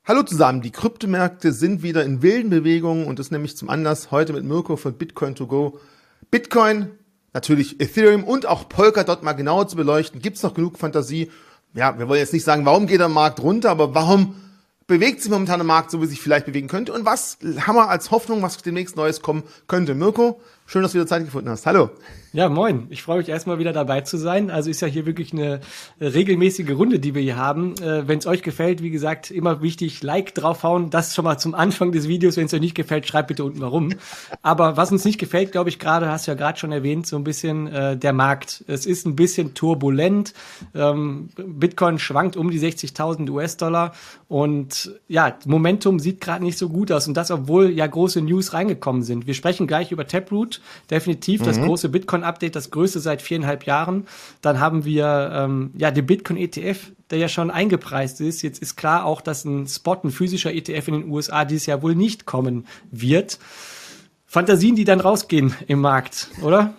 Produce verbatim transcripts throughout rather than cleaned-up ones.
Hallo zusammen, die Kryptomärkte sind wieder in wilden Bewegungen und das nämlich zum Anlass, heute mit Mirko von Bitcoin to go Bitcoin, natürlich Ethereum und auch Polkadot mal genauer zu beleuchten. Gibt es noch genug Fantasie? Ja, wir wollen jetzt nicht sagen, warum geht der Markt runter, aber warum bewegt sich momentan der Markt so, wie sich vielleicht bewegen könnte? Und was haben wir als Hoffnung, was demnächst Neues kommen könnte? Mirko, schön, dass du wieder Zeit gefunden hast. Hallo. Ja, moin. Ich freue mich erstmal wieder dabei zu sein. Also ist ja hier wirklich eine regelmäßige Runde, die wir hier haben. Äh, wenn es euch gefällt, wie gesagt, immer wichtig, Like draufhauen. Das schon mal zum Anfang des Videos. Wenn es euch nicht gefällt, schreibt bitte unten warum. Aber was uns nicht gefällt, glaube ich, gerade, hast du ja gerade schon erwähnt, so ein bisschen äh, der Markt. Es ist ein bisschen turbulent. Ähm, Bitcoin schwankt um die sechzigtausend US-Dollar und ja, Momentum sieht gerade nicht so gut aus. Und das, obwohl ja große News reingekommen sind. Wir sprechen gleich über Taproot. Definitiv mhm. das große Bitcoin-Update, das größte seit viereinhalb Jahren. Dann haben wir ähm, ja den Bitcoin-E T F, der ja schon eingepreist ist. Jetzt ist klar auch, dass ein Spot, ein physischer E T F in den U S A dieses Jahr wohl nicht kommen wird. Fantasien, die dann rausgehen im Markt, oder?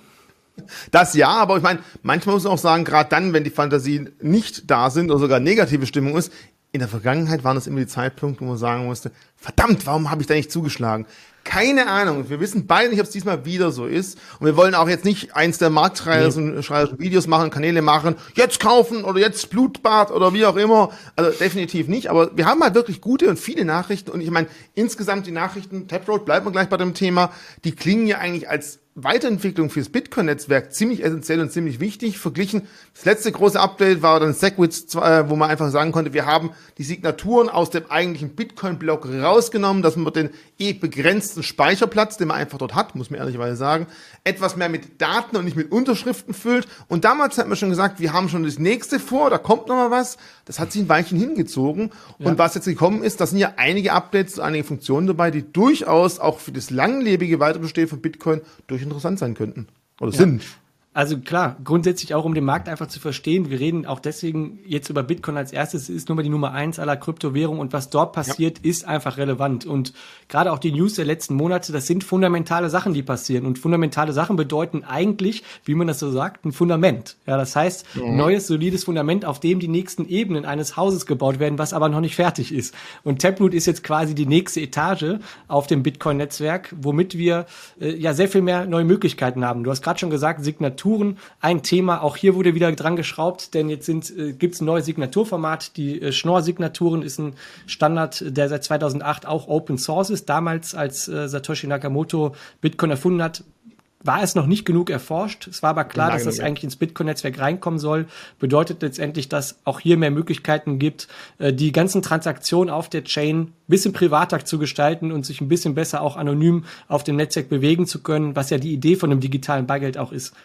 Das ja, aber ich meine, manchmal muss man auch sagen, gerade dann, wenn die Fantasien nicht da sind oder sogar negative Stimmung ist, in der Vergangenheit waren das immer die Zeitpunkte, wo man sagen musste, verdammt, warum habe ich da nicht zugeschlagen? Keine Ahnung. Wir wissen beide nicht, ob es diesmal wieder so ist. Und wir wollen auch jetzt nicht eins der Marktschreier nee. Videos machen, Kanäle machen, jetzt kaufen oder jetzt Blutbad oder wie auch immer. Also definitiv nicht. Aber wir haben halt wirklich gute und viele Nachrichten. Und ich meine, insgesamt die Nachrichten, Taproot, bleiben wir gleich bei dem Thema, die klingen ja eigentlich als Weiterentwicklung fürs Bitcoin-Netzwerk ziemlich essentiell und ziemlich wichtig. Verglichen, das letzte große Update war dann Segwit, wo man einfach sagen konnte, wir haben die Signaturen aus dem eigentlichen Bitcoin-Block rausgenommen, dass man den eh begrenzten Speicherplatz, den man einfach dort hat, muss man ehrlicherweise sagen, etwas mehr mit Daten und nicht mit Unterschriften füllt. Und damals hat man schon gesagt, wir haben schon das nächste vor, da kommt noch mal was. Das hat sich ein Weilchen hingezogen. Ja. Und was jetzt gekommen ist, da sind ja einige Updates, einige Funktionen dabei, die durchaus auch für das langlebige Weiterbestehen von Bitcoin durch interessant sein könnten oder ja. sind. Also klar, grundsätzlich auch, um den Markt einfach zu verstehen. Wir reden auch deswegen jetzt über Bitcoin als erstes. Es ist nun mal die Nummer eins aller Kryptowährungen und was dort passiert, ja. ist einfach relevant. Und gerade auch die News der letzten Monate, das sind fundamentale Sachen, die passieren. Und fundamentale Sachen bedeuten eigentlich, wie man das so sagt, ein Fundament. Ja, das heißt, ja. ein neues, solides Fundament, auf dem die nächsten Ebenen eines Hauses gebaut werden, was aber noch nicht fertig ist. Und Taproot ist jetzt quasi die nächste Etage auf dem Bitcoin-Netzwerk, womit wir äh, ja sehr viel mehr neue Möglichkeiten haben. Du hast gerade schon gesagt, Signatur ein Thema, auch hier wurde wieder dran geschraubt, denn jetzt sind äh, gibt es ein neues Signaturformat. Die äh, Schnorr-Signaturen ist ein Standard, der seit zweitausendacht auch Open Source ist. Damals, als äh, Satoshi Nakamoto Bitcoin erfunden hat, war es noch nicht genug erforscht. Es war aber klar, dass das eigentlich ins Bitcoin-Netzwerk reinkommen soll. Bedeutet letztendlich, dass auch hier mehr Möglichkeiten gibt, äh, die ganzen Transaktionen auf der Chain ein bisschen privater zu gestalten und sich ein bisschen besser auch anonym auf dem Netzwerk bewegen zu können, was ja die Idee von einem digitalen Bargeld auch ist.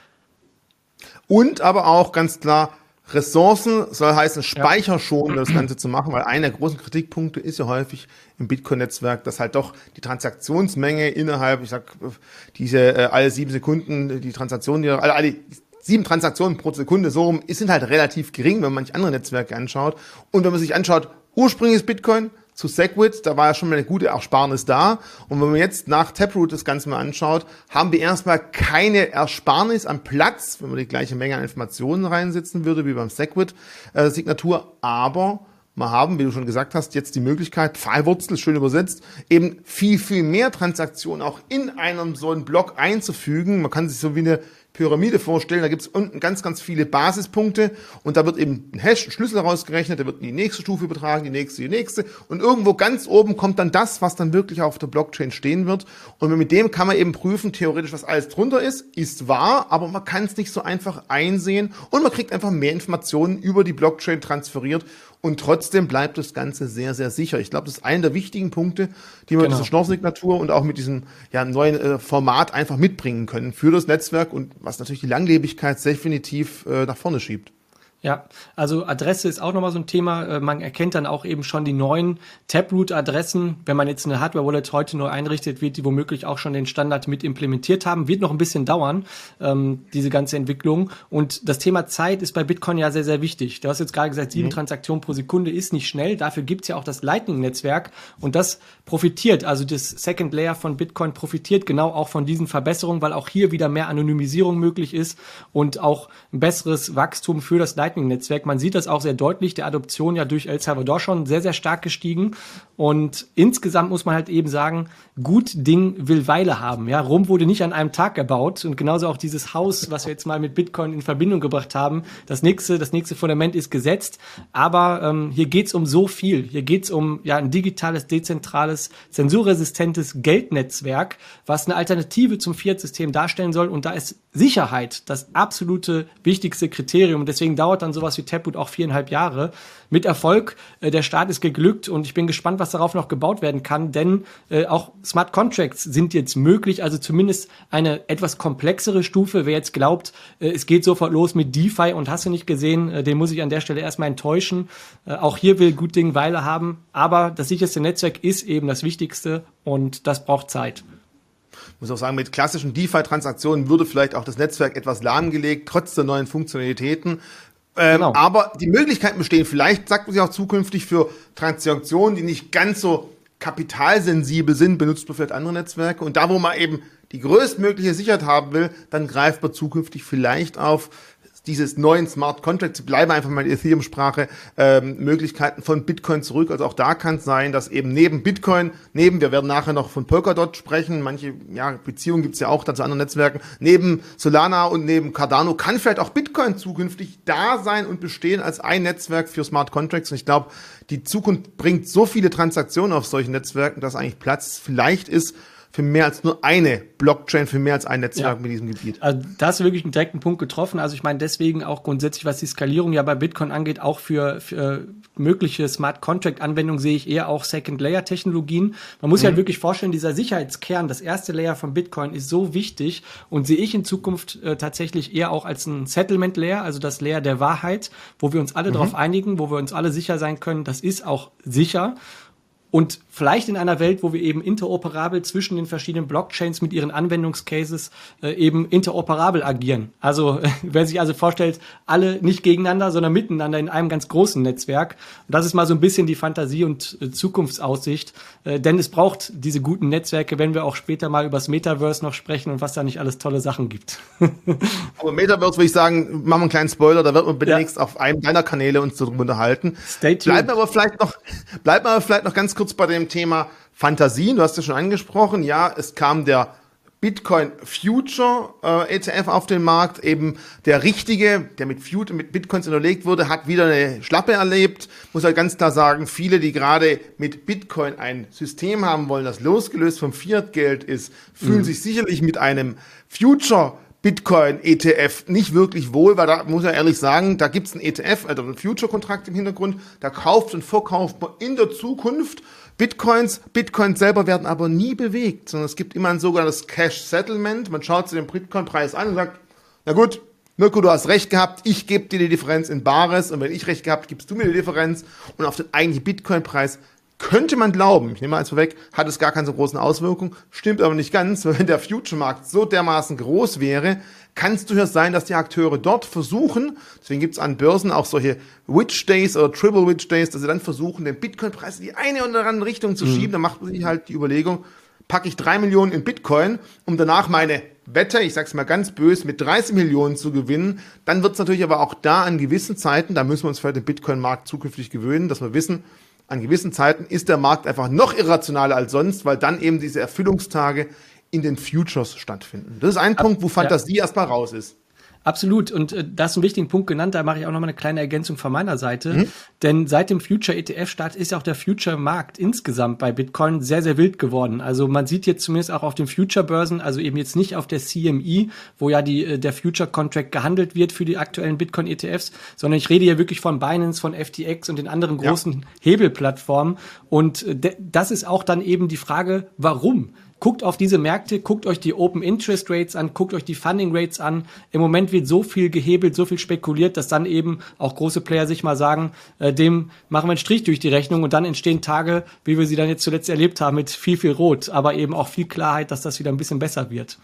Und aber auch ganz klar, Ressourcen soll heißen, speicherschonend das Ganze zu machen, weil einer der großen Kritikpunkte ist ja häufig im Bitcoin-Netzwerk, dass halt doch die Transaktionsmenge innerhalb, ich sag, diese äh, alle sieben Sekunden, die Transaktionen, die, alle, alle sieben Transaktionen pro Sekunde, so rum, sind halt relativ gering, wenn man manche andere Netzwerke anschaut. Und wenn man sich anschaut, ursprüngliches Bitcoin zu Segwit, da war ja schon mal eine gute Ersparnis da. Und wenn man jetzt nach Taproot das Ganze mal anschaut, haben wir erstmal keine Ersparnis am Platz, wenn man die gleiche Menge an Informationen reinsetzen würde, wie beim Segwit-Signatur. Aber wir haben, wie du schon gesagt hast, jetzt die Möglichkeit, Pfeilwurzel, schön übersetzt, eben viel, viel mehr Transaktionen auch in einem so einen Block einzufügen. Man kann sich so wie eine Pyramide vorstellen, da gibt es unten ganz, ganz viele Basispunkte und da wird eben ein Hash, ein Schlüssel rausgerechnet, der wird in die nächste Stufe übertragen, die nächste, die nächste und irgendwo ganz oben kommt dann das, was dann wirklich auf der Blockchain stehen wird und mit dem kann man eben prüfen, theoretisch, was alles drunter ist, ist wahr, aber man kann es nicht so einfach einsehen und man kriegt einfach mehr Informationen über die Blockchain transferiert und trotzdem bleibt das Ganze sehr, sehr sicher. Ich glaube, das ist einer der wichtigen Punkte, die wir genau. mit dieser Schnorr-Signatur und auch mit diesem ja, neuen äh, Format einfach mitbringen können für das Netzwerk und was natürlich die Langlebigkeit definitiv äh, nach vorne schiebt. Ja, also Adresse ist auch nochmal so ein Thema. Man erkennt dann auch eben schon die neuen Taproot-Adressen. Wenn man jetzt eine Hardware-Wallet heute neu einrichtet, wird die womöglich auch schon den Standard mit implementiert haben. Wird noch ein bisschen dauern, ähm, diese ganze Entwicklung. Und das Thema Zeit ist bei Bitcoin ja sehr, sehr wichtig. Du hast jetzt gerade gesagt, sieben mhm. Transaktionen pro Sekunde ist nicht schnell. Dafür gibt's ja auch das Lightning-Netzwerk. Und das profitiert, also das Second Layer von Bitcoin profitiert genau auch von diesen Verbesserungen, weil auch hier wieder mehr Anonymisierung möglich ist und auch ein besseres Wachstum für das Lightning Lightning-Netzwerk. Man sieht das auch sehr deutlich, der Adoption ja durch El Salvador schon sehr, sehr stark gestiegen. Und insgesamt muss man halt eben sagen, gut Ding will Weile haben. Ja, Rom wurde nicht an einem Tag gebaut und genauso auch dieses Haus, was wir jetzt mal mit Bitcoin in Verbindung gebracht haben. Das nächste, das nächste Fundament ist gesetzt. Aber ähm, hier geht's um so viel. Hier geht's um ja ein digitales, dezentrales, zensurresistentes Geldnetzwerk, was eine Alternative zum Fiat-System darstellen soll. Und da ist Sicherheit das absolute wichtigste Kriterium. Und deswegen dauert dann sowas wie Taproot auch viereinhalb Jahre. Mit Erfolg, äh, der Start ist geglückt und ich bin gespannt, was darauf noch gebaut werden kann, denn äh, auch Smart Contracts sind jetzt möglich, also zumindest eine etwas komplexere Stufe. Wer jetzt glaubt, äh, es geht sofort los mit DeFi und hast du nicht gesehen, äh, den muss ich an der Stelle erstmal enttäuschen. Äh, auch hier will gut Ding Weile haben, aber das sicherste Netzwerk ist eben das Wichtigste und das braucht Zeit. Ich muss auch sagen, mit klassischen DeFi-Transaktionen würde vielleicht auch das Netzwerk etwas lahmgelegt, trotz der neuen Funktionalitäten. Ähm, genau. Aber die Möglichkeiten bestehen. Vielleicht sagt man sich auch zukünftig für Transaktionen, die nicht ganz so kapitalsensibel sind, benutzt man vielleicht andere Netzwerke. Und da, wo man eben die größtmögliche Sicherheit haben will, dann greift man zukünftig vielleicht auf dieses neuen Smart Contracts, bleiben einfach mal in der Ethereum-Sprache, ähm, Möglichkeiten von Bitcoin zurück. Also auch da kann es sein, dass eben neben Bitcoin, neben, wir werden nachher noch von Polkadot sprechen, manche ja, Beziehungen gibt es ja auch da zu anderen Netzwerken, neben Solana und neben Cardano kann vielleicht auch Bitcoin zukünftig da sein und bestehen als ein Netzwerk für Smart Contracts. Und ich glaube, die Zukunft bringt so viele Transaktionen auf solchen Netzwerken, dass eigentlich Platz vielleicht ist für mehr als nur eine Blockchain, für mehr als ein Netzwerk ja. mit diesem Gebiet. Also da hast du wirklich einen direkten Punkt getroffen. Also ich meine deswegen auch grundsätzlich, was die Skalierung ja bei Bitcoin angeht, auch für, für mögliche Smart Contract Anwendungen sehe ich eher auch Second Layer Technologien. Man muss mhm. sich halt wirklich vorstellen, dieser Sicherheitskern, das erste Layer von Bitcoin ist so wichtig und sehe ich in Zukunft äh, tatsächlich eher auch als ein Settlement Layer, also das Layer der Wahrheit, wo wir uns alle mhm. darauf einigen, wo wir uns alle sicher sein können, das ist auch sicher. Und vielleicht in einer Welt, wo wir eben interoperabel zwischen den verschiedenen Blockchains mit ihren Anwendungscases äh, eben interoperabel agieren. Also äh, wer sich also vorstellt, alle nicht gegeneinander, sondern miteinander in einem ganz großen Netzwerk. Und das ist mal so ein bisschen die Fantasie und äh, Zukunftsaussicht. Äh, denn es braucht diese guten Netzwerke, wenn wir auch später mal übers Metaverse noch sprechen und was da nicht alles tolle Sachen gibt. Aber Metaverse würde ich sagen, machen wir einen kleinen Spoiler, da wird man demnächst ja. auf einem deiner Kanäle uns darüber unterhalten. Stay tuned. Bleiben wir aber vielleicht noch, bleiben wir aber vielleicht noch ganz kurz bei dem Thema Fantasien. Du hast es schon angesprochen. Ja, es kam der Bitcoin Future äh, E T F auf den Markt. Eben der richtige, der mit, Future, mit Bitcoins unterlegt wurde, hat wieder eine Schlappe erlebt. Muss halt ganz klar sagen, viele, die gerade mit Bitcoin ein System haben wollen, das losgelöst vom Fiat-Geld ist, fühlen mhm. sich sicherlich mit einem Future Bitcoin E T F nicht wirklich wohl, weil da muss ich ehrlich sagen, da gibt's einen E T F, also einen Future-Kontrakt im Hintergrund, da kauft und verkauft man in der Zukunft Bitcoins. Bitcoins selber werden aber nie bewegt, sondern es gibt immer ein sogenanntes Cash-Settlement. Man schaut sich den Bitcoin-Preis an und sagt, na gut, Mirko, du hast recht gehabt, ich gebe dir die Differenz in Bares und wenn ich recht gehabt, gibst du mir die Differenz und auf den eigentlichen Bitcoin-Preis könnte man glauben, ich nehme mal eins vorweg, hat es gar keine so großen Auswirkungen, stimmt aber nicht ganz, weil wenn der Future-Markt so dermaßen groß wäre, kann es durchaus sein, dass die Akteure dort versuchen, deswegen gibt es an Börsen auch solche Witch Days oder Triple Witch Days, dass sie dann versuchen, den Bitcoin-Preis in die eine oder andere Richtung zu mhm. schieben, dann macht man sich halt die Überlegung, packe ich drei Millionen in Bitcoin, um danach meine Wette, ich sag's mal ganz böse, mit dreißig Millionen zu gewinnen, dann wird es natürlich aber auch da an gewissen Zeiten, da müssen wir uns vielleicht den Bitcoin-Markt zukünftig gewöhnen, dass wir wissen, an gewissen Zeiten ist der Markt einfach noch irrationaler als sonst, weil dann eben diese Erfüllungstage in den Futures stattfinden. Das ist ein Ab, Punkt, wo Fantasie ja. erstmal raus ist. Absolut. Und äh, das ist einen wichtigen Punkt genannt. Da mache ich auch noch mal eine kleine Ergänzung von meiner Seite. Mhm. Denn seit dem Future-E T F-Start ist auch der Future-Markt insgesamt bei Bitcoin sehr, sehr wild geworden. Also man sieht jetzt zumindest auch auf den Future-Börsen, also eben jetzt nicht auf der C M E, wo ja die der Future-Contract gehandelt wird für die aktuellen Bitcoin-E T Fs, sondern ich rede hier wirklich von Binance, von F T X und den anderen großen ja. Hebelplattformen. Und de- das ist auch dann eben die Frage, warum? Guckt auf diese Märkte, guckt euch die Open Interest Rates an, guckt euch die Funding Rates an. Im Moment wird so viel gehebelt, so viel spekuliert, dass dann eben auch große Player sich mal sagen, äh, dem machen wir einen Strich durch die Rechnung und dann entstehen Tage, wie wir sie dann jetzt zuletzt erlebt haben, mit viel, viel Rot, aber eben auch viel Klarheit, dass das wieder ein bisschen besser wird.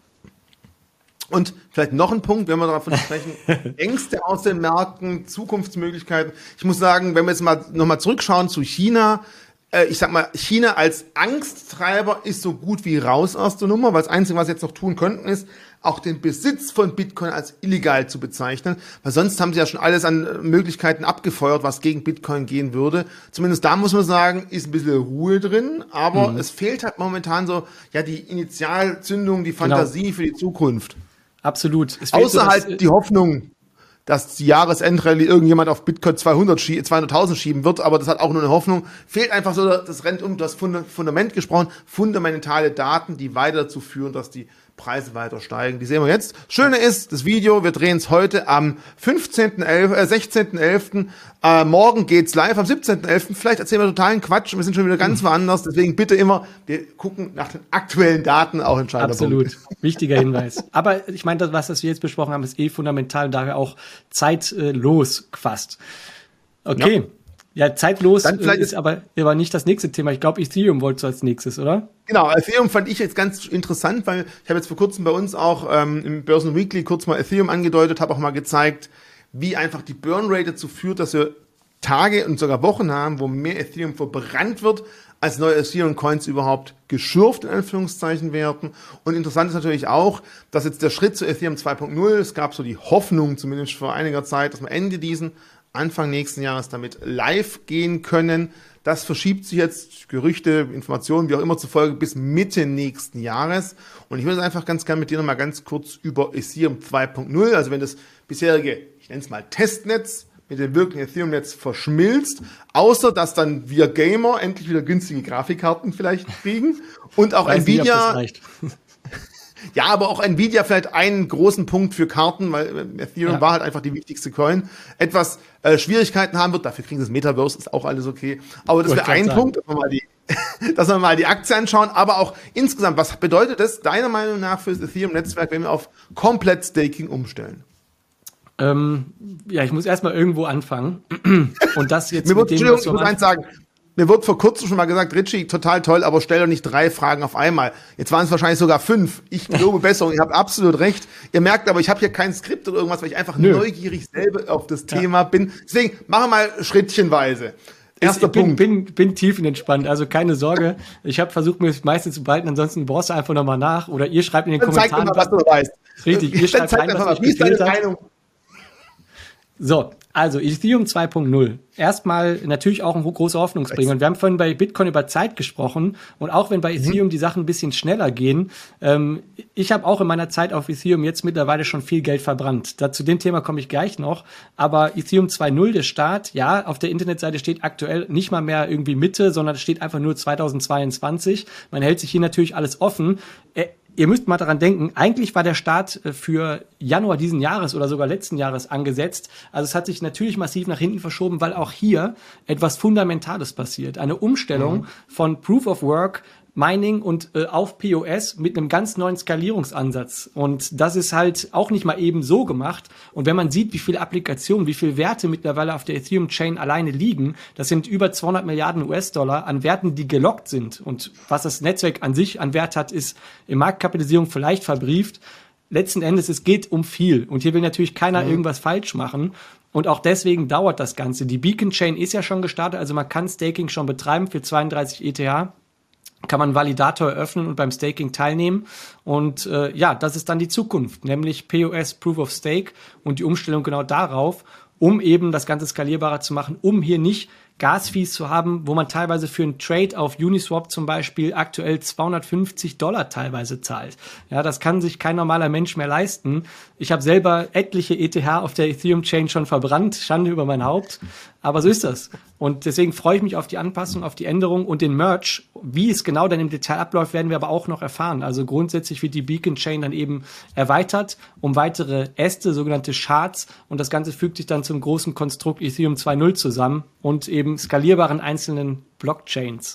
Und vielleicht noch ein Punkt, wenn wir davon sprechen, Ängste aus den Märkten, Zukunftsmöglichkeiten. Ich muss sagen, wenn wir jetzt mal nochmal zurückschauen zu China, ich sag mal, China als Angsttreiber ist so gut wie raus aus der Nummer, weil das Einzige, was sie jetzt noch tun könnten, ist, auch den Besitz von Bitcoin als illegal zu bezeichnen, weil sonst haben sie ja schon alles an Möglichkeiten abgefeuert, was gegen Bitcoin gehen würde. Zumindest da muss man sagen, ist ein bisschen Ruhe drin, aber mhm. es fehlt halt momentan so, ja, die Initialzündung, die Fantasie genau. für die Zukunft. Absolut. Es Außer so, halt die Hoffnung, dass die Jahresendrallye irgendjemand auf Bitcoin zweihundert schie- zweihunderttausend schieben wird, aber das hat auch nur eine Hoffnung. Fehlt einfach so, das rennt um, du hast Fundament gesprochen, fundamentale Daten, die weiter dazu führen, dass die Preise weiter steigen. Die sehen wir jetzt. Schöne ist, das Video, wir drehen es heute am fünfzehnten elften, äh, sechzehnten elften Äh, morgen geht's live am siebzehnten elften Vielleicht erzählen wir totalen Quatsch. Wir sind schon wieder ganz mhm. woanders. Deswegen bitte immer, wir gucken nach den aktuellen Daten auch entscheidender Absolut. Punkt. Wichtiger Hinweis. Aber ich meine, das, was das wir jetzt besprochen haben, ist eh fundamental und daher auch zeitlos fast. Okay. Ja. Ja, zeitlos ist aber, aber nicht das nächste Thema. Ich glaube, Ethereum wolltest du als nächstes, oder? Genau, Ethereum fand ich jetzt ganz interessant, weil ich habe jetzt vor kurzem bei uns auch ähm, im Börsen Weekly kurz mal Ethereum angedeutet, habe auch mal gezeigt, wie einfach die Burnrate dazu führt, dass wir Tage und sogar Wochen haben, wo mehr Ethereum verbrannt wird, als neue Ethereum-Coins überhaupt geschürft, in Anführungszeichen, werden. Und interessant ist natürlich auch, dass jetzt der Schritt zu Ethereum zwei Punkt null, es gab so die Hoffnung, zumindest vor einiger Zeit, dass wir Ende diesen Anfang nächsten Jahres damit live gehen können. Das verschiebt sich jetzt, Gerüchte, Informationen, wie auch immer zufolge, bis Mitte nächsten Jahres. Und ich will jetzt einfach ganz gerne mit dir nochmal ganz kurz über Ethereum zwei Punkt null, also wenn das bisherige, ich nenne es mal Testnetz, mit dem wirklichen Ethereum-Netz verschmilzt, außer dass dann wir Gamer endlich wieder günstige Grafikkarten vielleicht kriegen und auch Nvidia... Nicht, ja, aber auch Nvidia vielleicht einen großen Punkt für Karten, weil Ethereum ja. war halt einfach die wichtigste Coin, etwas äh, Schwierigkeiten haben wird. Dafür kriegen sie das Metaverse, ist auch alles okay. Aber das wäre ein sagen. Punkt, dass wir, mal die, dass wir mal die Aktie anschauen. Aber auch insgesamt, was bedeutet das deiner Meinung nach für das Ethereum-Netzwerk, wenn wir auf komplett Staking umstellen? Ähm, ja, ich muss erstmal irgendwo anfangen. Und das jetzt Mir mit wird, dem, was ich muss eins sagen. Mir wurde vor kurzem schon mal gesagt, Richie, total toll, aber stell doch nicht drei Fragen auf einmal. Jetzt waren es wahrscheinlich sogar fünf. Ich glaube Besserung, ihr habt absolut recht. Ihr merkt aber, ich habe hier kein Skript oder irgendwas, weil ich einfach Nö. neugierig selber auf das ja. Thema bin. Deswegen machen wir mal schrittchenweise. Erster ich bin, Punkt. Bin, bin, bin tiefenentspannt, also keine Sorge. Ich habe versucht, mir das meiste zu behalten, ansonsten brauchst du einfach nochmal nach oder ihr schreibt in den Dann Kommentaren. Zeig mir mal, was du weißt. Richtig, ihr schreibt rein, was euch gefehlt hat. Meinung. So, also Ethereum zwei Punkt null. Erstmal natürlich auch ein großer Hoffnungsbringer. Und wir haben vorhin bei Bitcoin über Zeit gesprochen. Und auch wenn bei Ethereum mhm. die Sachen ein bisschen schneller gehen, ähm, ich habe auch in meiner Zeit auf Ethereum jetzt mittlerweile schon viel Geld verbrannt. Da, zu dem Thema komme ich gleich noch. Aber Ethereum zwei Punkt null, der Start, ja, auf der Internetseite steht aktuell nicht mal mehr irgendwie Mitte, sondern es steht einfach nur zweitausendzweiundzwanzig. Man hält sich hier natürlich alles offen. Äh, Ihr müsst mal daran denken, eigentlich war der Start für Januar diesen Jahres oder sogar letzten Jahres angesetzt. Also es hat sich natürlich massiv nach hinten verschoben, weil auch hier etwas Fundamentales passiert. Eine Umstellung mhm. von Proof of Work, Mining und äh, auf P O S mit einem ganz neuen Skalierungsansatz. Und das ist halt auch nicht mal eben so gemacht. Und wenn man sieht, wie viele Applikationen, wie viele Werte mittlerweile auf der Ethereum-Chain alleine liegen, das sind über zweihundert Milliarden U S-Dollar an Werten, die gelockt sind. Und was das Netzwerk an sich an Wert hat, ist in Marktkapitalisierung vielleicht verbrieft. Letzten Endes, es geht um viel. Und hier will natürlich keiner mhm. irgendwas falsch machen. Und auch deswegen dauert das Ganze. Die Beacon-Chain ist ja schon gestartet, also man kann Staking schon betreiben für zweiunddreißig E T H. Kann man einen Validator eröffnen und beim Staking teilnehmen. Und äh, ja, das ist dann die Zukunft, nämlich P O S, Proof of Stake und die Umstellung genau darauf, um eben das Ganze skalierbarer zu machen, um hier nicht Gasfees zu haben, wo man teilweise für einen Trade auf Uniswap zum Beispiel aktuell zweihundertfünfzig Dollar teilweise zahlt. Ja, das kann sich kein normaler Mensch mehr leisten. Ich habe selber etliche E T H auf der Ethereum-Chain schon verbrannt, Schande über mein Haupt. Aber so ist das. Und deswegen freue ich mich auf die Anpassung, auf die Änderung und den Merge. Wie es genau dann im Detail abläuft, werden wir aber auch noch erfahren. Also grundsätzlich wird die Beacon-Chain dann eben erweitert um weitere Äste, sogenannte Shards. Und das Ganze fügt sich dann zum großen Konstrukt Ethereum zwei Punkt null zusammen und eben skalierbaren einzelnen Blockchains.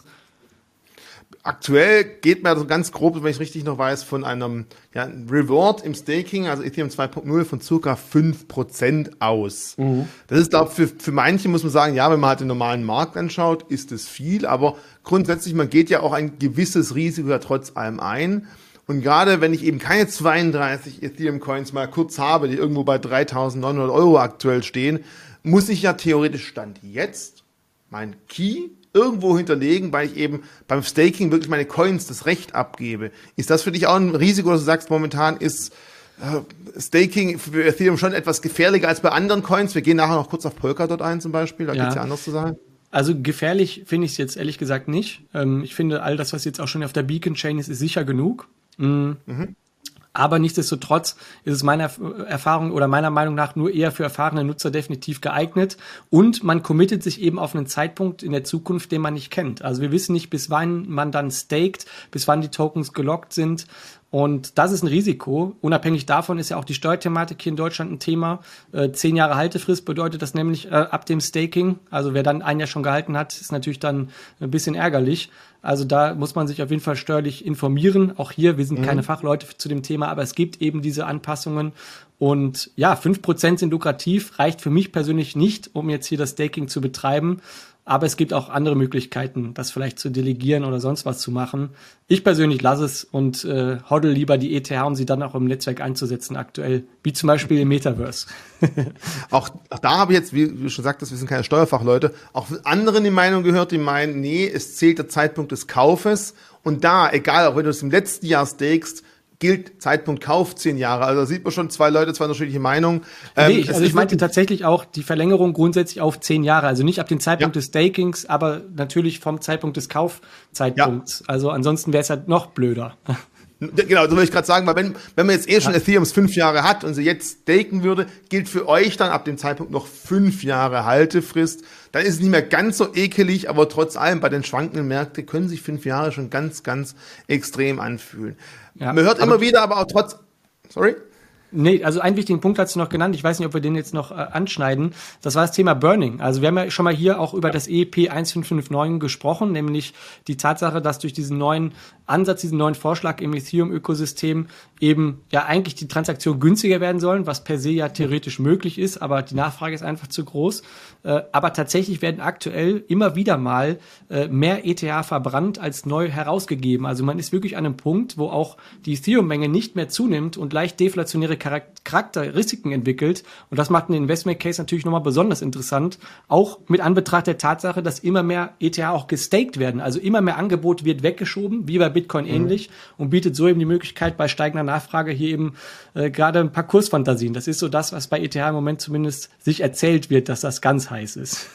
Aktuell geht man also ganz grob, wenn ich richtig noch weiß, von einem ja, Reward im Staking, also Ethereum zwei Punkt null, von circa fünf Prozent aus. Mhm. Das ist, glaube ich, für, für manche muss man sagen, ja, wenn man halt den normalen Markt anschaut, ist es viel, aber grundsätzlich, man geht ja auch ein gewisses Risiko ja trotz allem ein. Und gerade wenn ich eben keine zweiunddreißig Ethereum-Coins mal kurz habe, die irgendwo bei dreitausendneunhundert Euro aktuell stehen, muss ich ja theoretisch Stand jetzt mein Key irgendwo hinterlegen, weil ich eben beim Staking wirklich meine Coins das Recht abgebe. Ist das für dich auch ein Risiko, dass du sagst, momentan ist äh, Staking für Ethereum schon etwas gefährlicher als bei anderen Coins. Wir gehen nachher noch kurz auf Polkadot ein zum Beispiel, da ja. geht es ja anders zu sein. Also gefährlich finde ich es jetzt ehrlich gesagt nicht. Ähm, ich finde, all das, was jetzt auch schon auf der Beacon-Chain ist, ist sicher genug. Mhm. Mhm. Aber nichtsdestotrotz ist es meiner Erfahrung oder meiner Meinung nach nur eher für erfahrene Nutzer definitiv geeignet. Und man committet sich eben auf einen Zeitpunkt in der Zukunft, den man nicht kennt. Also wir wissen nicht, bis wann man dann staked, bis wann die Tokens gelockt sind. Und das ist ein Risiko. Unabhängig davon ist ja auch die Steuerthematik hier in Deutschland ein Thema. Äh, zehn Jahre Haltefrist bedeutet das nämlich äh, ab dem Staking. Also wer dann ein Jahr schon gehalten hat, ist natürlich dann ein bisschen ärgerlich. Also da muss man sich auf jeden Fall steuerlich informieren. Auch hier, wir sind mhm. keine Fachleute zu dem Thema, aber es gibt eben diese Anpassungen. Und ja, fünf Prozent sind lukrativ, reicht für mich persönlich nicht, um jetzt hier das Staking zu betreiben. Aber es gibt auch andere Möglichkeiten, das vielleicht zu delegieren oder sonst was zu machen. Ich persönlich lasse es und äh, hodl lieber die E T H, um sie dann auch im Netzwerk einzusetzen aktuell, wie zum Beispiel im Metaverse. auch, auch da habe ich jetzt, wie du schon sagtest, wir sind keine Steuerfachleute, auch von anderen die Meinung gehört, die meinen, nee, es zählt der Zeitpunkt des Kaufes. Und da, egal, auch wenn du es im letzten Jahr stakest, gilt Zeitpunkt Kauf zehn Jahre. Also da sieht man schon zwei Leute, zwei unterschiedliche Meinungen. Ähm, nee, also ich meinte tatsächlich auch die Verlängerung grundsätzlich auf zehn Jahre. Also nicht ab dem Zeitpunkt ja. des Stakings, aber natürlich vom Zeitpunkt des Kaufzeitpunkts. Ja. Also ansonsten wäre es halt noch blöder. Genau, so würde ich gerade sagen, weil wenn, wenn man jetzt eh schon ja. Ethereums fünf Jahre hat und sie jetzt staken würde, gilt für euch dann ab dem Zeitpunkt noch fünf Jahre Haltefrist. Dann ist es nicht mehr ganz so ekelig, aber trotz allem bei den schwankenden Märkten können sich fünf Jahre schon ganz, ganz extrem anfühlen. Ja, man hört immer wieder, aber auch trotz, sorry? Nee, also einen wichtigen Punkt hast du noch genannt. Ich weiß nicht, ob wir den jetzt noch äh, anschneiden. Das war das Thema Burning. Also wir haben ja schon mal hier auch über das E E P fünfzehn fünfundfünfzig gesprochen, nämlich die Tatsache, dass durch diesen neuen Ansatz, diesen neuen Vorschlag im Ethereum-Ökosystem eben ja eigentlich die Transaktionen günstiger werden sollen, was per se ja theoretisch möglich ist, aber die Nachfrage ist einfach zu groß. Äh, aber tatsächlich werden aktuell immer wieder mal äh, mehr E T H verbrannt als neu herausgegeben. Also man ist wirklich an einem Punkt, wo auch die Ethereum-Menge nicht mehr zunimmt und leicht deflationäre Charakteristiken entwickelt. Und das macht den Investment Case natürlich nochmal besonders interessant, auch mit Anbetracht der Tatsache, dass immer mehr E T H auch gestaked werden. Also immer mehr Angebot wird weggeschoben, wie bei Bitcoin mhm. ähnlich, und bietet so eben die Möglichkeit, bei steigender Nachfrage hier eben äh, gerade ein paar Kursfantasien. Das ist so das, was bei E T H im Moment zumindest sich erzählt wird, dass das ganz heiß ist.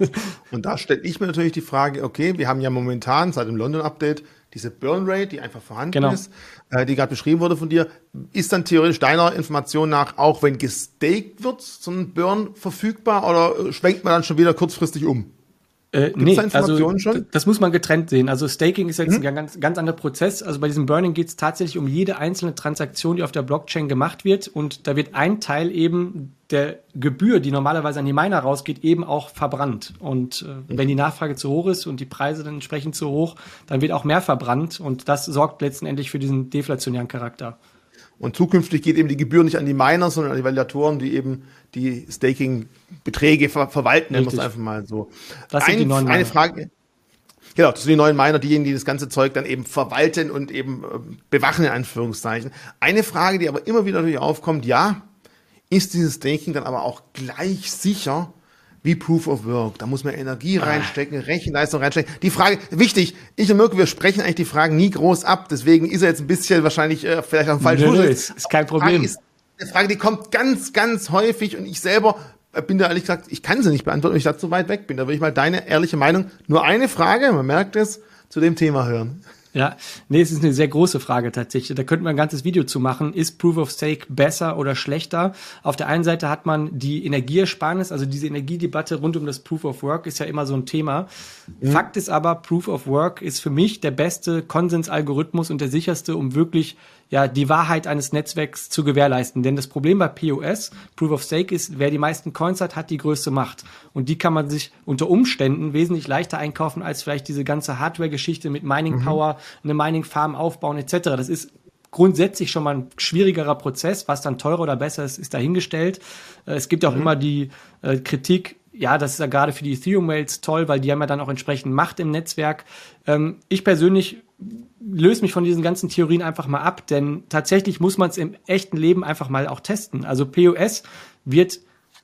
Und da stelle ich mir natürlich die Frage, okay, wir haben ja momentan seit dem London-Update diese Burn Rate, die einfach vorhanden genau. ist, äh, die gerade beschrieben wurde von dir, ist dann theoretisch deiner Information nach, auch wenn gestaked wird, so ein Burn verfügbar, oder schwenkt man dann schon wieder kurzfristig um? Äh, nee, also schon? Das muss man getrennt sehen. Also Staking ist jetzt mhm. ein ganz, ganz anderer Prozess. Also bei diesem Burning geht es tatsächlich um jede einzelne Transaktion, die auf der Blockchain gemacht wird. Und da wird ein Teil eben der Gebühr, die normalerweise an die Miner rausgeht, eben auch verbrannt. Und äh, mhm. wenn die Nachfrage zu hoch ist und die Preise dann entsprechend zu hoch, dann wird auch mehr verbrannt. Und das sorgt letztendlich für diesen deflationären Charakter. Und zukünftig geht eben die Gebühr nicht an die Miner, sondern an die Validatoren, die eben die Staking-Beträge ver- verwalten, nennen wir es einfach mal so. Das sind Ein, die neuen Miner. Eine Frage. Genau, das sind die neuen Miner, diejenigen, die das ganze Zeug dann eben verwalten und eben äh, bewachen, in Anführungszeichen. Eine Frage, die aber immer wieder natürlich aufkommt, ja, ist dieses Staking dann aber auch gleich sicher wie Proof of Work? Da muss man Energie reinstecken, Rechenleistung reinstecken. Die Frage, wichtig, ich und Mirko, wir sprechen eigentlich die Fragen nie groß ab, deswegen ist er jetzt ein bisschen wahrscheinlich äh, vielleicht auch falsch. Nö, ist, ist kein Problem. Ist eine Frage, die kommt ganz, ganz häufig, und ich selber bin da ehrlich gesagt, ich kann sie nicht beantworten, weil ich da zu weit weg bin. Da will ich mal deine ehrliche Meinung, nur eine Frage, man merkt es, zu dem Thema hören. Ja, nee, es ist eine sehr große Frage tatsächlich. Da könnten wir ein ganzes Video zu machen. Ist Proof of Stake besser oder schlechter? Auf der einen Seite hat man die Energieersparnis, also diese Energiedebatte rund um das Proof of Work ist ja immer so ein Thema. Mhm. Fakt ist aber, Proof of Work ist für mich der beste Konsensalgorithmus und der sicherste, um wirklich ja die Wahrheit eines Netzwerks zu gewährleisten. Denn das Problem bei P O S, Proof of Stake, ist, wer die meisten Coins hat, hat die größte Macht. Und die kann man sich unter Umständen wesentlich leichter einkaufen, als vielleicht diese ganze Hardware-Geschichte mit Mining Power, mhm. eine Mining-Farm aufbauen et cetera. Das ist grundsätzlich schon mal ein schwierigerer Prozess. Was dann teurer oder besser ist, ist dahingestellt. Es gibt auch mhm. immer die äh, Kritik, ja, das ist ja gerade für die Ethereum-Whales toll, weil die haben ja dann auch entsprechend Macht im Netzwerk. Ähm, ich persönlich löse mich von diesen ganzen Theorien einfach mal ab, denn tatsächlich muss man es im echten Leben einfach mal auch testen. Also P O S wird,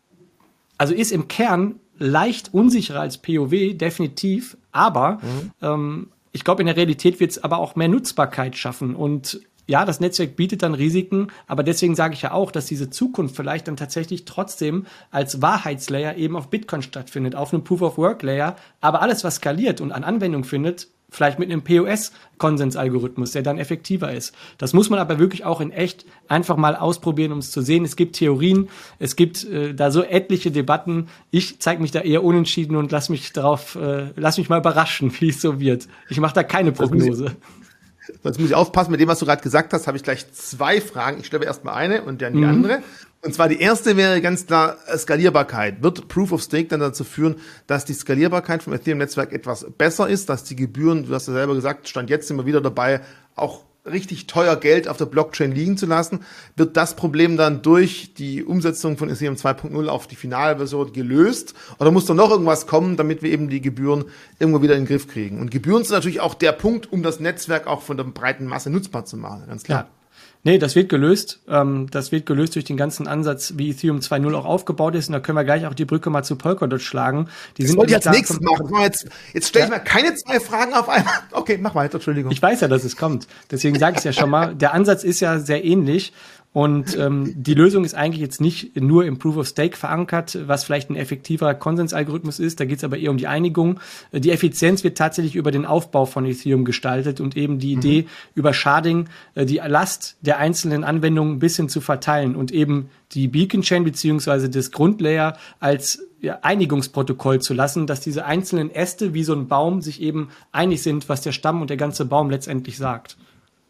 also ist im Kern leicht unsicherer als P O W, definitiv, aber mhm. ähm, ich glaube, in der Realität wird es aber auch mehr Nutzbarkeit schaffen. Und ja, das Netzwerk bietet dann Risiken, aber deswegen sage ich ja auch, dass diese Zukunft vielleicht dann tatsächlich trotzdem als Wahrheitslayer eben auf Bitcoin stattfindet, auf einem Proof-of-Work-Layer, aber alles, was skaliert und an Anwendung findet, vielleicht mit einem P O S-Konsensalgorithmus, der dann effektiver ist. Das muss man aber wirklich auch in echt einfach mal ausprobieren, um es zu sehen. Es gibt Theorien, es gibt äh, da so etliche Debatten. Ich zeige mich da eher unentschieden und lass mich darauf, äh, lass mich mal überraschen, wie es so wird. Ich mache da keine Prognose. Jetzt muss ich aufpassen, mit dem, was du gerade gesagt hast, habe ich gleich zwei Fragen. Ich stelle erst mal eine und dann die mhm. andere. Und zwar die erste wäre ganz klar Skalierbarkeit. Wird Proof of Stake dann dazu führen, dass die Skalierbarkeit vom Ethereum-Netzwerk etwas besser ist, dass die Gebühren, du hast ja selber gesagt, Stand jetzt sind wir wieder dabei, auch richtig teuer Geld auf der Blockchain liegen zu lassen? Wird das Problem dann durch die Umsetzung von Ethereum zwei Punkt null auf die Finalversion gelöst? Oder muss da noch irgendwas kommen, damit wir eben die Gebühren irgendwo wieder in den Griff kriegen? Und Gebühren sind natürlich auch der Punkt, um das Netzwerk auch von der breiten Masse nutzbar zu machen, ganz klar. Ja. Nee, das wird gelöst. Ähm, das wird gelöst durch den ganzen Ansatz, wie Ethereum zwei Punkt null auch aufgebaut ist. Und da können wir gleich auch die Brücke mal zu Polkadot schlagen. Die das sind wollte ich als nächstes machen. Jetzt, jetzt stelle ich ja. mal keine zwei Fragen auf einmal. Okay, mach weiter, Entschuldigung. Ich weiß ja, dass es kommt. Deswegen sage ich es ja schon mal. Der Ansatz ist ja sehr ähnlich. Und ähm, die Lösung ist eigentlich jetzt nicht nur im Proof of Stake verankert, was vielleicht ein effektiver Konsensalgorithmus ist. Da geht es aber eher um die Einigung. Die Effizienz wird tatsächlich über den Aufbau von Ethereum gestaltet und eben die mhm. Idee, über Sharding äh, die Last der einzelnen Anwendungen ein bisschen zu verteilen und eben die Beacon Chain beziehungsweise das Grundlayer als ja, Einigungsprotokoll zu lassen, dass diese einzelnen Äste wie so ein Baum sich eben einig sind, was der Stamm und der ganze Baum letztendlich sagt.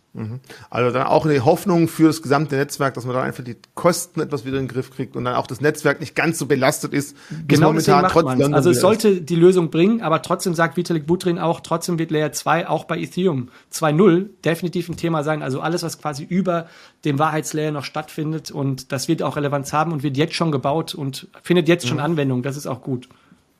Also dann auch eine Hoffnung für das gesamte Netzwerk, dass man dann einfach die Kosten etwas wieder in den Griff kriegt und dann auch das Netzwerk nicht ganz so belastet ist. Genau, deswegen macht man Also es sollte die Lösung bringen, aber trotzdem sagt Vitalik Buterin auch, trotzdem wird Layer zwei auch bei Ethereum zwei Punkt null definitiv ein Thema sein. Also alles, was quasi über dem Wahrheitslayer noch stattfindet, und das wird auch Relevanz haben und wird jetzt schon gebaut und findet jetzt schon mhm. Anwendung. Das ist auch gut.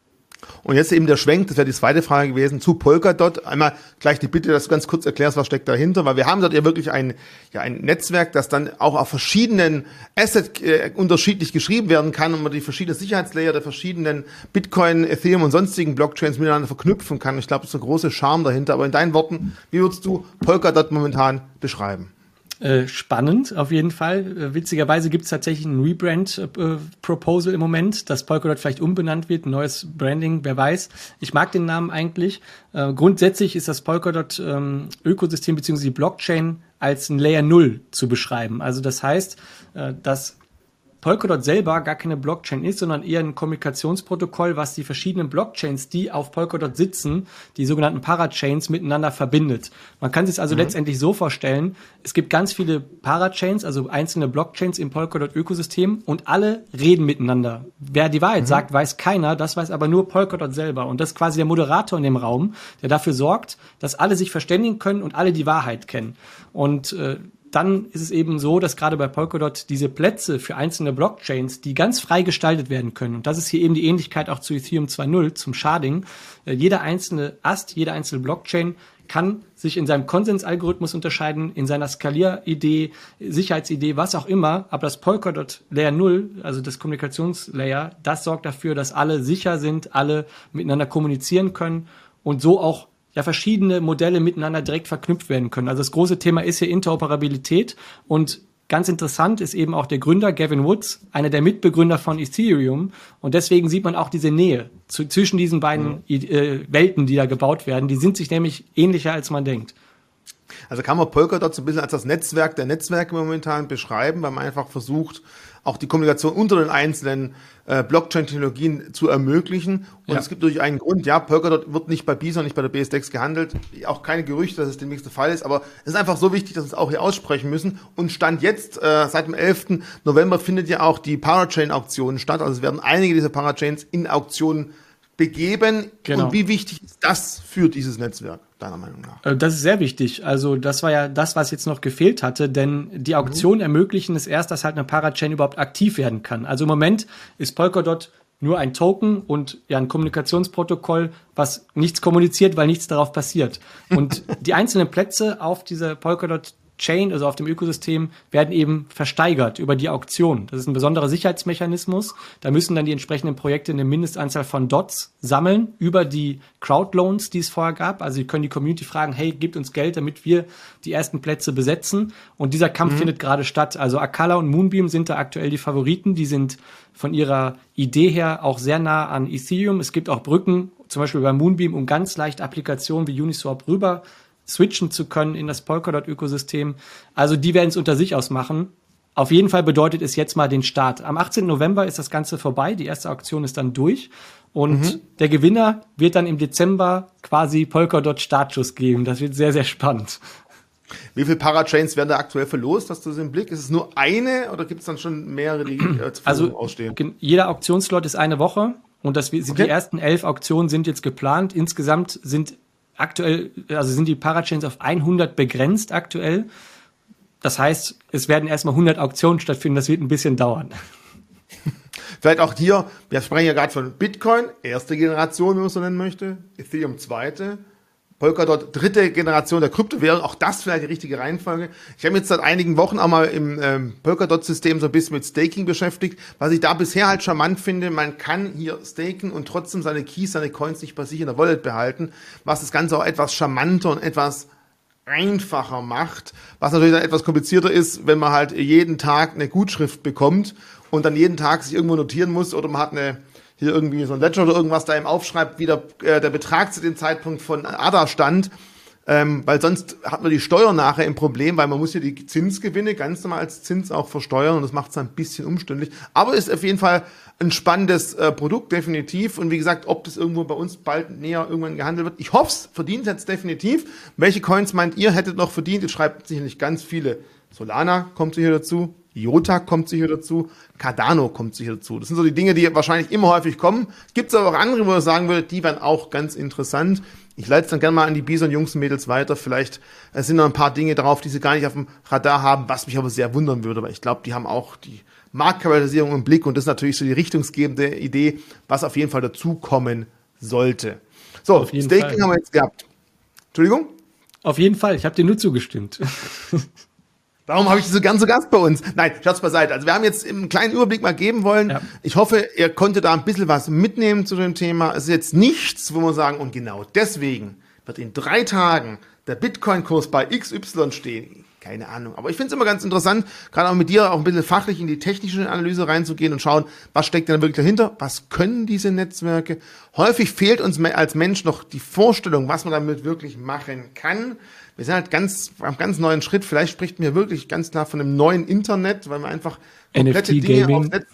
Und jetzt eben der Schwenk, das wäre die zweite Frage gewesen, zu Polkadot. Einmal gleich die Bitte, dass du ganz kurz erklärst, was steckt dahinter, weil wir haben dort ja wirklich ein, ja, ein Netzwerk, das dann auch auf verschiedenen Assets äh, unterschiedlich geschrieben werden kann und man die verschiedenen Sicherheitslayer der verschiedenen Bitcoin, Ethereum und sonstigen Blockchains miteinander verknüpfen kann. Ich glaube, das ist ein großer Charme dahinter. Aber in deinen Worten, wie würdest du Polkadot momentan beschreiben? Äh, spannend, auf jeden Fall. Äh, witzigerweise gibt es tatsächlich ein Rebrand-Proposal äh, im Moment, dass Polkadot vielleicht umbenannt wird, ein neues Branding, wer weiß. Ich mag den Namen eigentlich. Äh, grundsätzlich ist das Polkadot-Ökosystem ähm, bzw. die Blockchain als ein Layer null zu beschreiben. Also das heißt, äh, dass Polkadot selber gar keine Blockchain ist, sondern eher ein Kommunikationsprotokoll, was die verschiedenen Blockchains, die auf Polkadot sitzen, die sogenannten Parachains, miteinander verbindet. Man kann sich es also mhm. letztendlich so vorstellen, es gibt ganz viele Parachains, also einzelne Blockchains im Polkadot-Ökosystem, und alle reden miteinander. Wer die Wahrheit mhm. sagt, weiß keiner, das weiß aber nur Polkadot selber. Und das ist quasi der Moderator in dem Raum, der dafür sorgt, dass alle sich verständigen können und alle die Wahrheit kennen. Und äh, dann ist es eben so, dass gerade bei Polkadot diese Plätze für einzelne Blockchains, die ganz frei gestaltet werden können, und das ist hier eben die Ähnlichkeit auch zu Ethereum zwei Punkt null, zum Sharding, äh, jeder einzelne Ast, jede einzelne Blockchain kann sich in seinem Konsensalgorithmus unterscheiden, in seiner Skalieridee, Sicherheitsidee, was auch immer, aber das Polkadot Layer null, also das Kommunikationslayer, das sorgt dafür, dass alle sicher sind, alle miteinander kommunizieren können und so auch ja verschiedene Modelle miteinander direkt verknüpft werden können. Also das große Thema ist hier Interoperabilität, und ganz interessant ist eben auch der Gründer Gavin Woods, einer der Mitbegründer von Ethereum, und deswegen sieht man auch diese Nähe zu, zwischen diesen beiden mhm. äh, Welten, die da gebaut werden. Die sind sich nämlich ähnlicher, als man denkt. Also kann man Polkadot so ein bisschen als das Netzwerk der Netzwerke momentan beschreiben, weil man einfach versucht, auch die Kommunikation unter den einzelnen äh, Blockchain-Technologien zu ermöglichen. Und ja. es gibt natürlich einen Grund, ja, Polkadot wird nicht bei Bison, nicht bei der B S D E X gehandelt. Auch keine Gerüchte, dass es demnächst der Fall ist. Aber es ist einfach so wichtig, dass wir es auch hier aussprechen müssen. Und Stand jetzt, äh, seit dem elften November findet ja auch die Parachain-Auktion statt. Also es werden einige dieser Parachains in Auktionen begeben. Genau. Und wie wichtig ist das für dieses Netzwerk, deiner Meinung nach? Das ist sehr wichtig. Also das war ja das, was jetzt noch gefehlt hatte, denn die Auktionen mhm. ermöglichen es erst, dass halt eine Parachain überhaupt aktiv werden kann. Also im Moment ist Polkadot nur ein Token und ja ein Kommunikationsprotokoll, was nichts kommuniziert, weil nichts darauf passiert. Und die einzelnen Plätze auf dieser Polkadot Chain, also auf dem Ökosystem, werden eben versteigert über die Auktion. Das ist ein besonderer Sicherheitsmechanismus. Da müssen dann die entsprechenden Projekte eine Mindestanzahl von Dots sammeln über die Crowdloans, die es vorher gab. Also sie können die Community fragen, hey, gebt uns Geld, damit wir die ersten Plätze besetzen. Und dieser Kampf mhm. findet gerade statt. Also Akala und Moonbeam sind da aktuell die Favoriten. Die sind von ihrer Idee her auch sehr nah an Ethereum. Es gibt auch Brücken, zum Beispiel bei Moonbeam, um ganz leicht Applikationen wie Uniswap rüber switchen zu können in das Polkadot-Ökosystem. Also die werden es unter sich ausmachen. Auf jeden Fall bedeutet es jetzt mal den Start. Am achtzehnten November ist das Ganze vorbei. Die erste Auktion ist dann durch. Und mhm. der Gewinner wird dann im Dezember quasi Polkadot-Startschuss geben. Das wird sehr, sehr spannend. Wie viele Parachains werden da aktuell verlost? Hast du das im Blick? Ist es nur eine oder gibt es dann schon mehrere, die äh, zur Verfügung also, ausstehen? Jeder Auktionslot ist eine Woche. Und das, okay. die ersten elf Auktionen sind jetzt geplant. Insgesamt sind aktuell, also sind die Parachains auf hundert begrenzt aktuell. Das heißt, es werden erstmal hundert Auktionen stattfinden. Das wird ein bisschen dauern. Vielleicht auch hier, wir sprechen ja gerade von Bitcoin, erste Generation, wenn man es so nennen möchte, Ethereum zweite, Polkadot dritte Generation der Kryptowährung, auch das vielleicht die richtige Reihenfolge. Ich habe mich jetzt seit einigen Wochen auch mal im ähm, Polkadot-System so ein bisschen mit Staking beschäftigt. Was ich da bisher halt charmant finde, man kann hier staken und trotzdem seine Keys, seine Coins nicht bei sich in der Wallet behalten, was das Ganze auch etwas charmanter und etwas einfacher macht, was natürlich dann etwas komplizierter ist, wenn man halt jeden Tag eine Gutschrift bekommt und dann jeden Tag sich irgendwo notieren muss oder man hat eine hier irgendwie so ein Ledger oder irgendwas da ihm aufschreibt, wie der, äh, der Betrag zu dem Zeitpunkt von A D A stand, ähm, weil sonst hat man die Steuer nachher im Problem, weil man muss ja die Zinsgewinne ganz normal als Zins auch versteuern und das macht es ein bisschen umständlich. Aber ist auf jeden Fall ein spannendes äh, Produkt, definitiv. Und wie gesagt, ob das irgendwo bei uns bald näher irgendwann gehandelt wird. Ich hoffe es, verdient jetzt definitiv. Welche Coins meint ihr, hättet noch verdient? Jetzt schreibt sicherlich ganz viele. Solana kommt sicher dazu. I O T A kommt sicher dazu, Cardano kommt sicher dazu. Das sind so die Dinge, die wahrscheinlich immer häufig kommen. Es gibt aber auch andere, wo ich sagen würde, die wären auch ganz interessant. Ich leite es dann gerne mal an die Bison-Jungs und Mädels weiter. Vielleicht sind noch ein paar Dinge drauf, die sie gar nicht auf dem Radar haben, was mich aber sehr wundern würde, weil ich glaube, die haben auch die Marktkapitalisierung im Blick und das ist natürlich so die richtungsgebende Idee, was auf jeden Fall dazukommen sollte. So, Staking Fall. Haben wir jetzt gehabt. Entschuldigung? Auf jeden Fall, ich habe dir nur zugestimmt. Darum habe ich so gern zu Gast bei uns. Nein, schaut's beiseite. Also wir haben jetzt einen kleinen Überblick mal geben wollen. Ja. Ich hoffe, ihr konntet da ein bisschen was mitnehmen zu dem Thema. Es ist jetzt nichts, wo wir sagen, und genau deswegen wird in drei Tagen der Bitcoin-Kurs bei X Y stehen. Keine Ahnung. Aber ich finde es immer ganz interessant, gerade auch mit dir auch ein bisschen fachlich in die technische Analyse reinzugehen und schauen, was steckt denn wirklich dahinter? Was können diese Netzwerke? Häufig fehlt uns als Mensch noch die Vorstellung, was man damit wirklich machen kann. Wir sind halt ganz, am ganz neuen Schritt. Vielleicht spricht mir wirklich ganz klar von einem neuen Internet, weil wir einfach komplette Dinge auf Netz,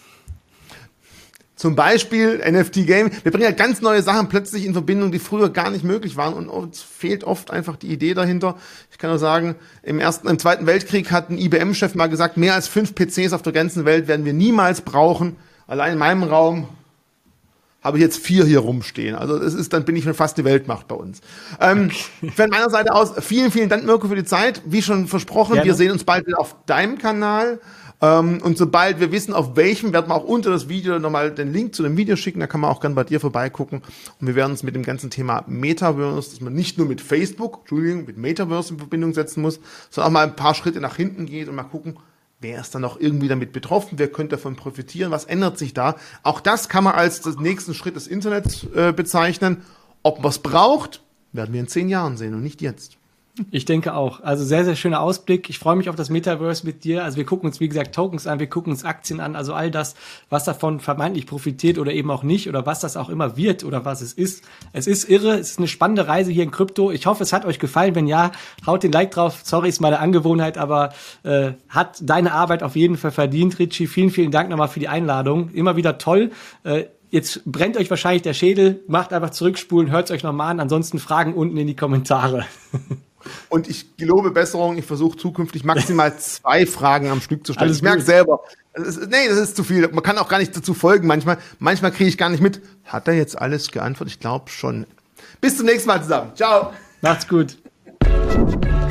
zum Beispiel N F T-Gaming. Wir bringen halt ganz neue Sachen plötzlich in Verbindung, die früher gar nicht möglich waren und uns fehlt oft einfach die Idee dahinter. Ich kann nur sagen, im ersten, im Zweiten Weltkrieg hat ein I B M-Chef mal gesagt, mehr als fünf P Cs auf der ganzen Welt werden wir niemals brauchen. Allein in meinem Raum habe ich jetzt vier hier rumstehen. Also es ist, dann bin ich schon fast die Weltmacht bei uns. Ähm, von meiner Seite aus, vielen, vielen Dank, Mirko, für die Zeit. Wie schon versprochen, Gerne. Wir sehen uns bald wieder auf deinem Kanal. Ähm, und sobald wir wissen, auf welchem, werden wir auch unter das Video nochmal den Link zu dem Video schicken. Da kann man auch gerne bei dir vorbeigucken. Und wir werden uns mit dem ganzen Thema Metaverse, dass man nicht nur mit Facebook, Entschuldigung, mit Metaverse in Verbindung setzen muss, sondern auch mal ein paar Schritte nach hinten geht und mal gucken, wer ist dann noch irgendwie damit betroffen? Wer könnte davon profitieren? Was ändert sich da? Auch das kann man als den nächsten Schritt des Internets äh, bezeichnen. Ob man es braucht, werden wir in zehn Jahren sehen und nicht jetzt. Ich denke auch. Also sehr, sehr schöner Ausblick. Ich freue mich auf das Metaverse mit dir. Also wir gucken uns, wie gesagt, Tokens an, wir gucken uns Aktien an, also all das, was davon vermeintlich profitiert oder eben auch nicht oder was das auch immer wird oder was es ist. Es ist irre, es ist eine spannende Reise hier in Krypto. Ich hoffe, es hat euch gefallen. Wenn ja, haut den Like drauf. Sorry, ist meine Angewohnheit, aber äh, hat deine Arbeit auf jeden Fall verdient, Richie. Vielen, vielen Dank nochmal für die Einladung. Immer wieder toll. Äh, Jetzt brennt euch wahrscheinlich der Schädel. Macht einfach zurückspulen, hört es euch nochmal an. Ansonsten Fragen unten in die Kommentare. Und ich gelobe Besserung, ich versuche zukünftig maximal zwei Fragen am Stück zu stellen. Alles ich merke selber, das ist, nee, das ist zu viel. Man kann auch gar nicht dazu folgen manchmal. Manchmal kriege ich gar nicht mit. Hat er jetzt alles geantwortet? Ich glaube schon. Bis zum nächsten Mal zusammen. Ciao. Macht's gut.